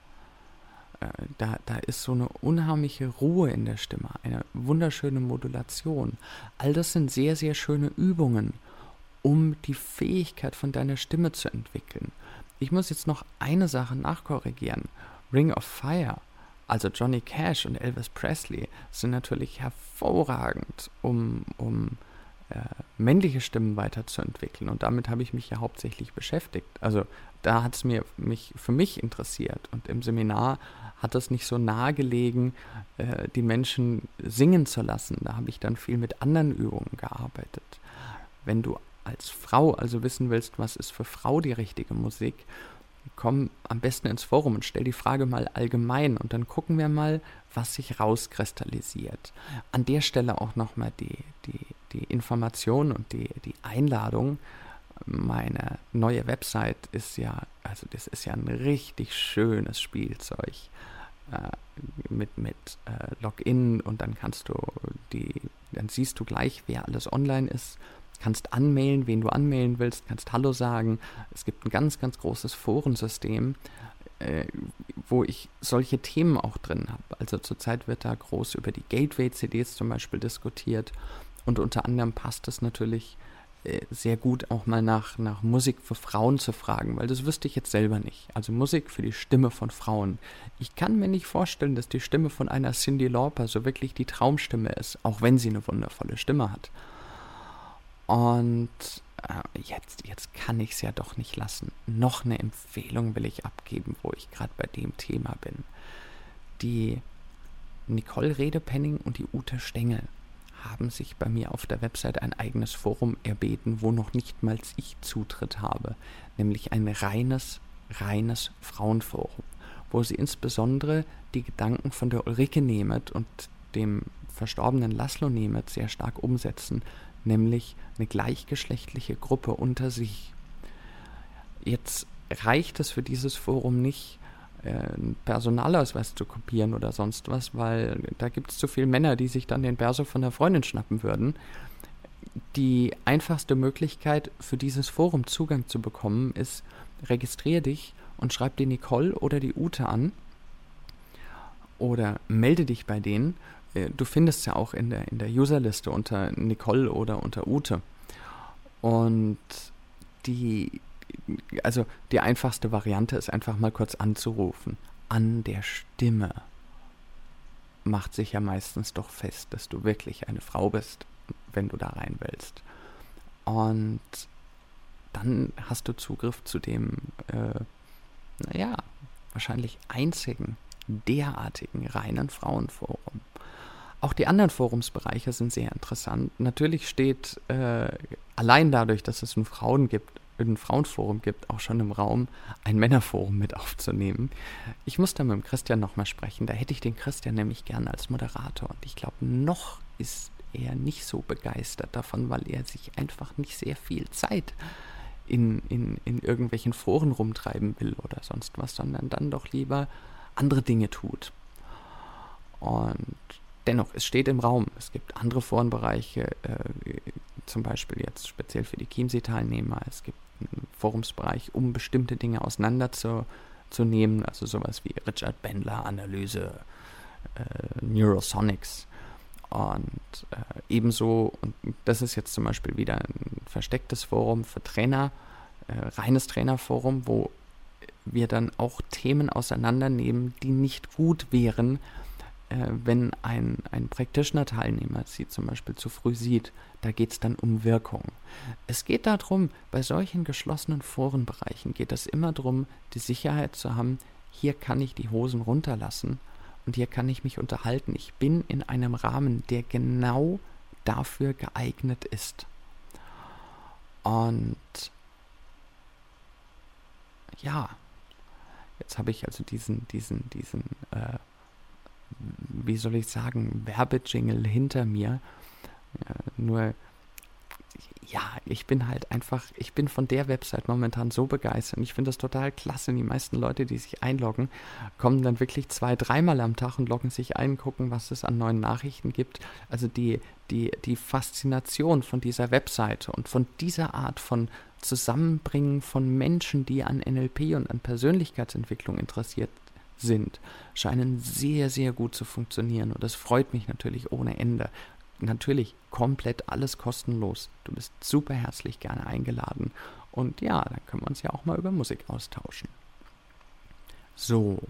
Äh, da, da ist so eine unheimliche Ruhe in der Stimme, eine wunderschöne Modulation. All das sind sehr, sehr schöne Übungen, um die Fähigkeit von deiner Stimme zu entwickeln. Ich muss jetzt noch eine Sache nachkorrigieren. Ring of Fire, also Johnny Cash und Elvis Presley, sind natürlich hervorragend, um, um äh, männliche Stimmen weiterzuentwickeln. Und damit habe ich mich ja hauptsächlich beschäftigt. Also da hat es mir mich für mich interessiert. Und im Seminar hat es nicht so nahe gelegen, äh, die Menschen singen zu lassen. Da habe ich dann viel mit anderen Übungen gearbeitet. Wenn du als Frau also wissen willst, was ist für Frau die richtige Musik, komm am besten ins Forum und stell die Frage mal allgemein und dann gucken wir mal, was sich rauskristallisiert. An der Stelle auch nochmal die, die, die Information und die, die Einladung. Meine neue Website ist ja, also das ist ja ein richtig schönes Spielzeug äh, mit, mit äh, Login und dann kannst du die, dann siehst du gleich, wer alles online ist. Kannst anmailen, wen du anmailen willst, kannst Hallo sagen. Es gibt ein ganz, ganz großes Forensystem, äh, wo ich solche Themen auch drin habe. Also zurzeit wird da groß über die Gateway-C Ds zum Beispiel diskutiert und unter anderem passt es natürlich äh, sehr gut auch mal nach, nach Musik für Frauen zu fragen, weil das wüsste ich jetzt selber nicht. Also Musik für die Stimme von Frauen. Ich kann mir nicht vorstellen, dass die Stimme von einer Cyndi Lauper so wirklich die Traumstimme ist, auch wenn sie eine wundervolle Stimme hat. Und äh, jetzt, jetzt kann ich es ja doch nicht lassen. Noch eine Empfehlung will ich abgeben, wo ich gerade bei dem Thema bin. Die Nicole Redepenning und die Ute Stengel haben sich bei mir auf der Website ein eigenes Forum erbeten, wo noch nicht mal ich Zutritt habe. Nämlich ein reines, reines Frauenforum, wo sie insbesondere die Gedanken von der Ulrike Nemeth und dem verstorbenen Laszlo Nemeth sehr stark umsetzen, nämlich eine gleichgeschlechtliche Gruppe unter sich. Jetzt reicht es für dieses Forum nicht, äh, einen Personalausweis zu kopieren oder sonst was, weil da gibt es zu viele Männer, die sich dann den Perso von der Freundin schnappen würden. Die einfachste Möglichkeit, für dieses Forum Zugang zu bekommen, ist, registriere dich und schreib die Nicole oder die Ute an oder melde dich bei denen. Du findest ja auch in der, in der Userliste unter Nicole oder unter Ute. Und die, also die einfachste Variante ist einfach mal kurz anzurufen. An der Stimme macht sich ja meistens doch fest, dass du wirklich eine Frau bist. wenn du da rein willst. Und dann hast du Zugriff zu dem, äh, naja, wahrscheinlich einzigen, derartigen reinen Frauenforum. Auch die anderen Forumsbereiche sind sehr interessant. Natürlich steht äh, allein dadurch, dass es ein Frauen gibt, ein Frauenforum gibt, auch schon im Raum, ein Männerforum mit aufzunehmen. Ich muss da mit dem Christian nochmal sprechen. Da hätte ich den Christian nämlich gerne als Moderator. Und ich glaube, noch ist er nicht so begeistert davon, weil er sich einfach nicht sehr viel Zeit in, in, in irgendwelchen Foren rumtreiben will oder sonst was, sondern dann doch lieber andere Dinge tut. Und dennoch, es steht im Raum. Es gibt andere Forenbereiche, äh, zum Beispiel jetzt speziell für die Chiemsee-Teilnehmer. Es gibt einen Forumsbereich, um bestimmte Dinge auseinanderzunehmen, also sowas wie Richard Bandler-Analyse, äh, Neurosonics. Und äh, ebenso, und das ist jetzt zum Beispiel wieder ein verstecktes Forum für Trainer, äh, reines Trainerforum, wo wir dann auch Themen auseinandernehmen, die nicht gut wären, wenn ein, ein Practitioner-Teilnehmer sie zum Beispiel zu früh sieht. Da geht es dann um Wirkung. Es geht darum, bei solchen geschlossenen Forenbereichen geht es immer darum, die Sicherheit zu haben, hier kann ich die Hosen runterlassen und hier kann ich mich unterhalten. Ich bin in einem Rahmen, der genau dafür geeignet ist. Und ja, jetzt habe ich also diesen, diesen, diesen, äh, wie soll ich sagen, Werbejingle hinter mir. Ja, nur, ja, ich bin halt einfach, ich bin von der Website momentan so begeistert. Und ich finde das total klasse. Die meisten Leute, die sich einloggen, kommen dann wirklich zwei, dreimal am Tag und loggen sich ein, gucken, was es an neuen Nachrichten gibt. Also die, die, die Faszination von dieser Webseite und von dieser Art von Zusammenbringen von Menschen, die an N L P und an Persönlichkeitsentwicklung interessiert sind, scheinen sehr, sehr gut zu funktionieren. Und das freut mich natürlich ohne Ende. Natürlich komplett alles kostenlos. Du bist super herzlich gerne eingeladen. Und ja, dann können wir uns ja auch mal über Musik austauschen. So.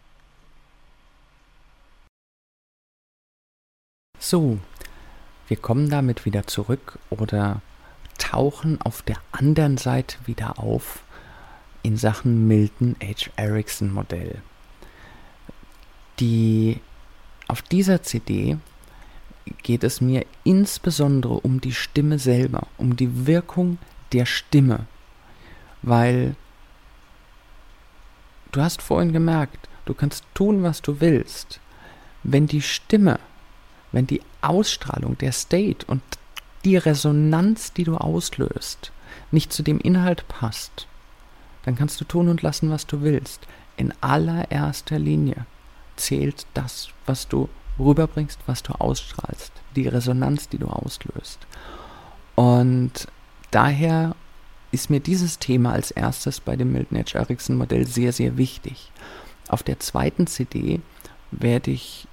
So, wir kommen damit wieder zurück oder tauchen auf der anderen Seite wieder auf in Sachen Milton H. Erickson Modell. Die, auf dieser C D geht es mir insbesondere um die Stimme selber, um die Wirkung der Stimme, weil du hast vorhin gemerkt, du kannst tun, was du willst. Wenn die Stimme, wenn die Ausstrahlung, der State und die Resonanz, die du auslöst, nicht zu dem Inhalt passt, dann kannst du tun und lassen, was du willst. In allererster Linie zählt das, was du rüberbringst, was du ausstrahlst, die Resonanz, die du auslöst. Und daher ist mir dieses Thema als erstes bei dem Milton H. Erickson Modell sehr, sehr wichtig. Auf der zweiten C D werde ich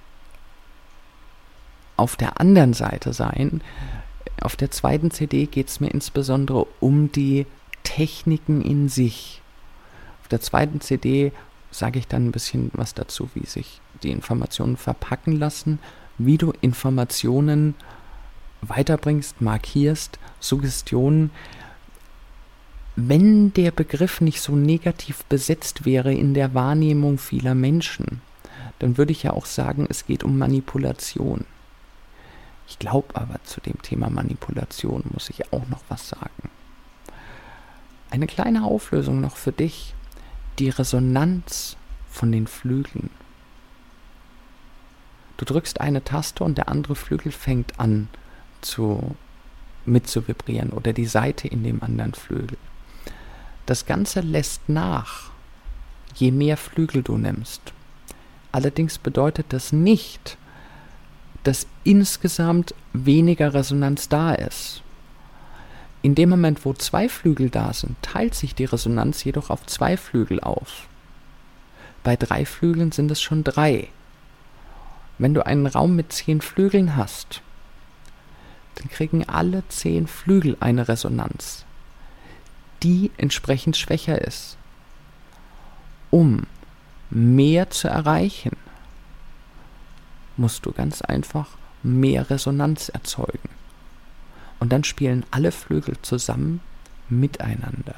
auf der anderen Seite sein. Auf der zweiten C D geht es mir insbesondere um die Techniken in sich. Auf der zweiten C D sage ich dann ein bisschen was dazu, wie sich die Informationen verpacken lassen, wie du Informationen weiterbringst, markierst, Suggestionen. Wenn der Begriff nicht so negativ besetzt wäre in der Wahrnehmung vieler Menschen, dann würde ich ja auch sagen, es geht um Manipulation. Ich glaube aber, zu dem Thema Manipulation muss ich auch noch was sagen. Eine kleine Auflösung noch für dich. Die Resonanz von den Flügeln. Du drückst eine Taste und der andere Flügel fängt an zu, mit zu vibrieren oder die Saite in dem anderen Flügel. Das Ganze lässt nach, je mehr Flügel du nimmst. Allerdings bedeutet das nicht, dass insgesamt weniger Resonanz da ist. In dem Moment, wo zwei Flügel da sind, teilt sich die Resonanz jedoch auf zwei Flügel auf. Bei drei Flügeln sind es schon drei. Wenn du einen Raum mit zehn Flügeln hast, dann kriegen alle zehn Flügel eine Resonanz, die entsprechend schwächer ist. Um mehr zu erreichen, musst du ganz einfach mehr Resonanz erzeugen. Und dann spielen alle Flügel zusammen miteinander.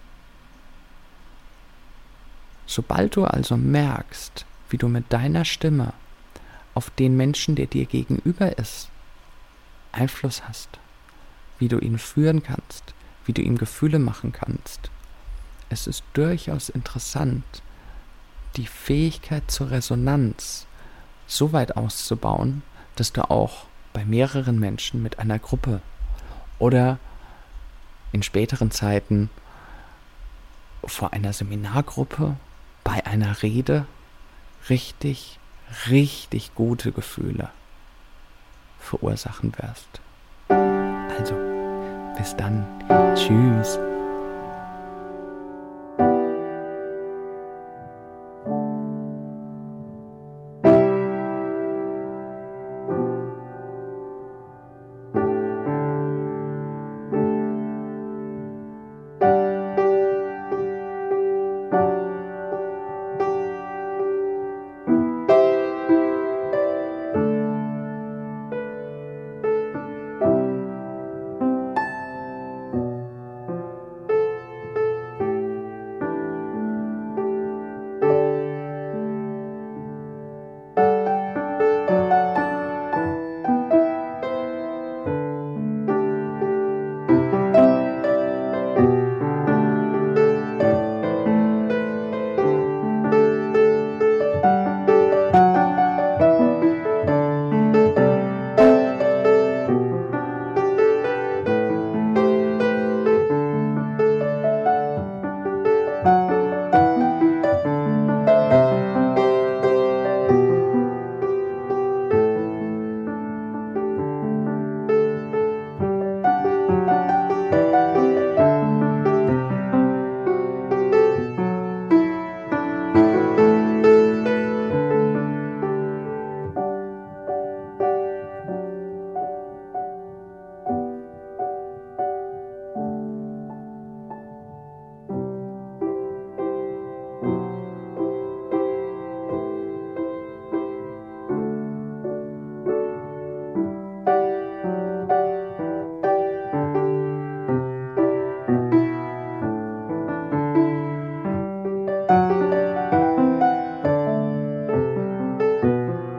Sobald du also merkst, wie du mit deiner Stimme auf den Menschen, der dir gegenüber ist, Einfluss hast, wie du ihn führen kannst, wie du ihm Gefühle machen kannst, es ist durchaus interessant, die Fähigkeit zur Resonanz so weit auszubauen, dass du auch bei mehreren Menschen mit einer Gruppe oder in späteren Zeiten vor einer Seminargruppe, bei einer Rede richtig, richtig gute Gefühle verursachen wirst. Also, bis dann. Tschüss.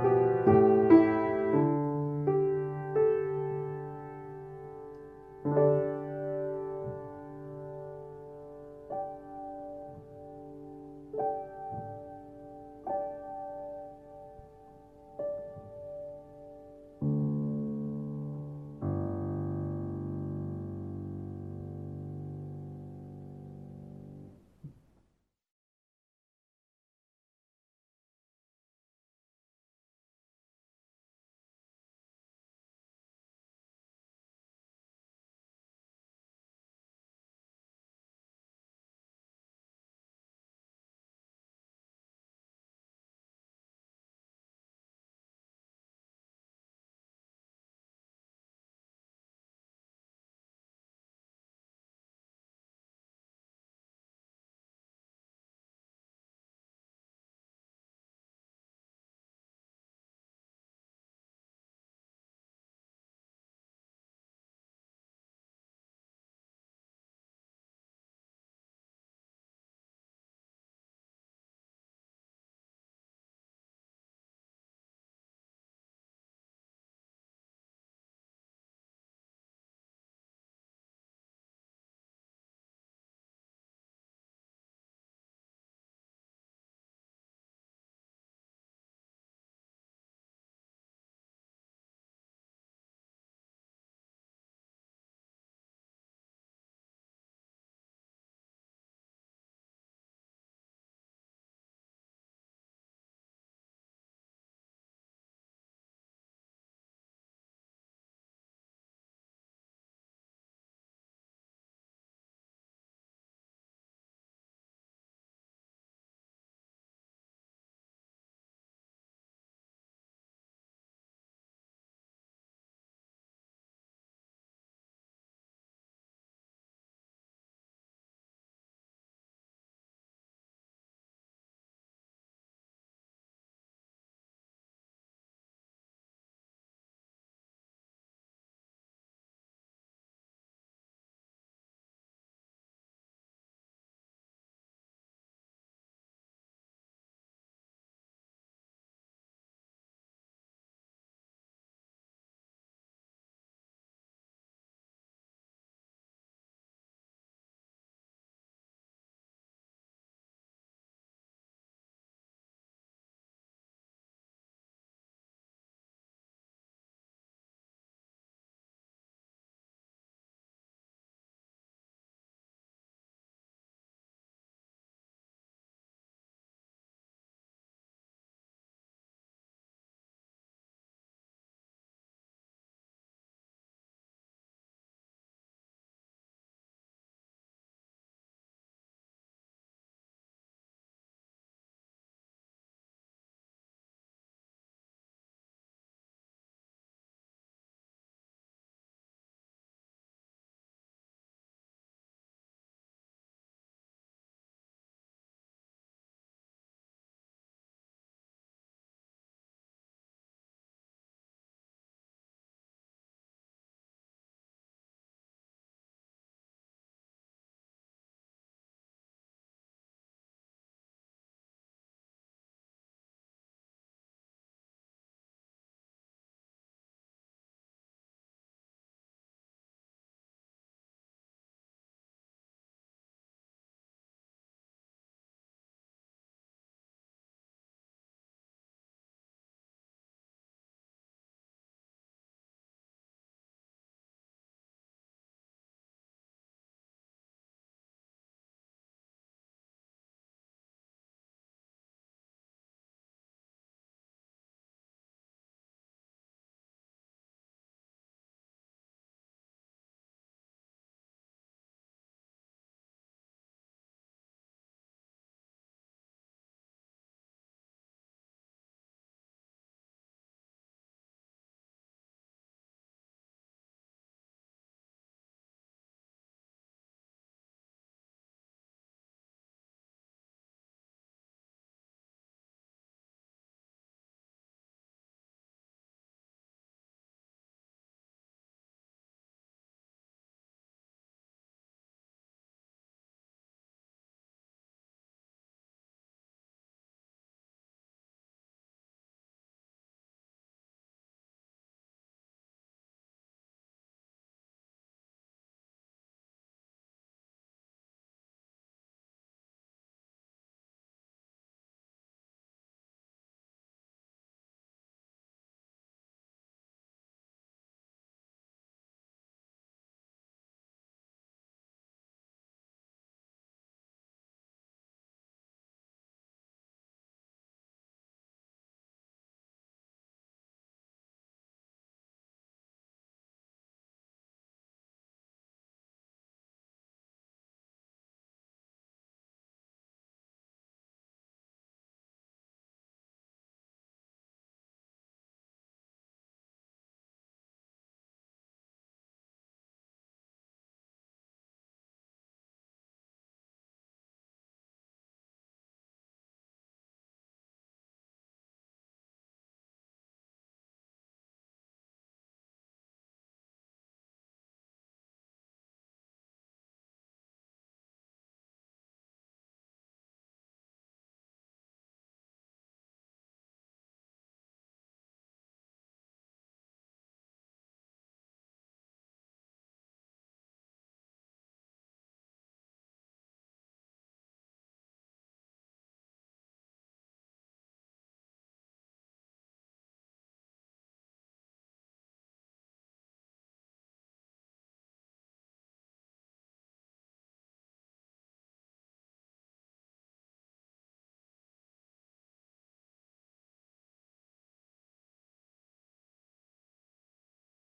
Thank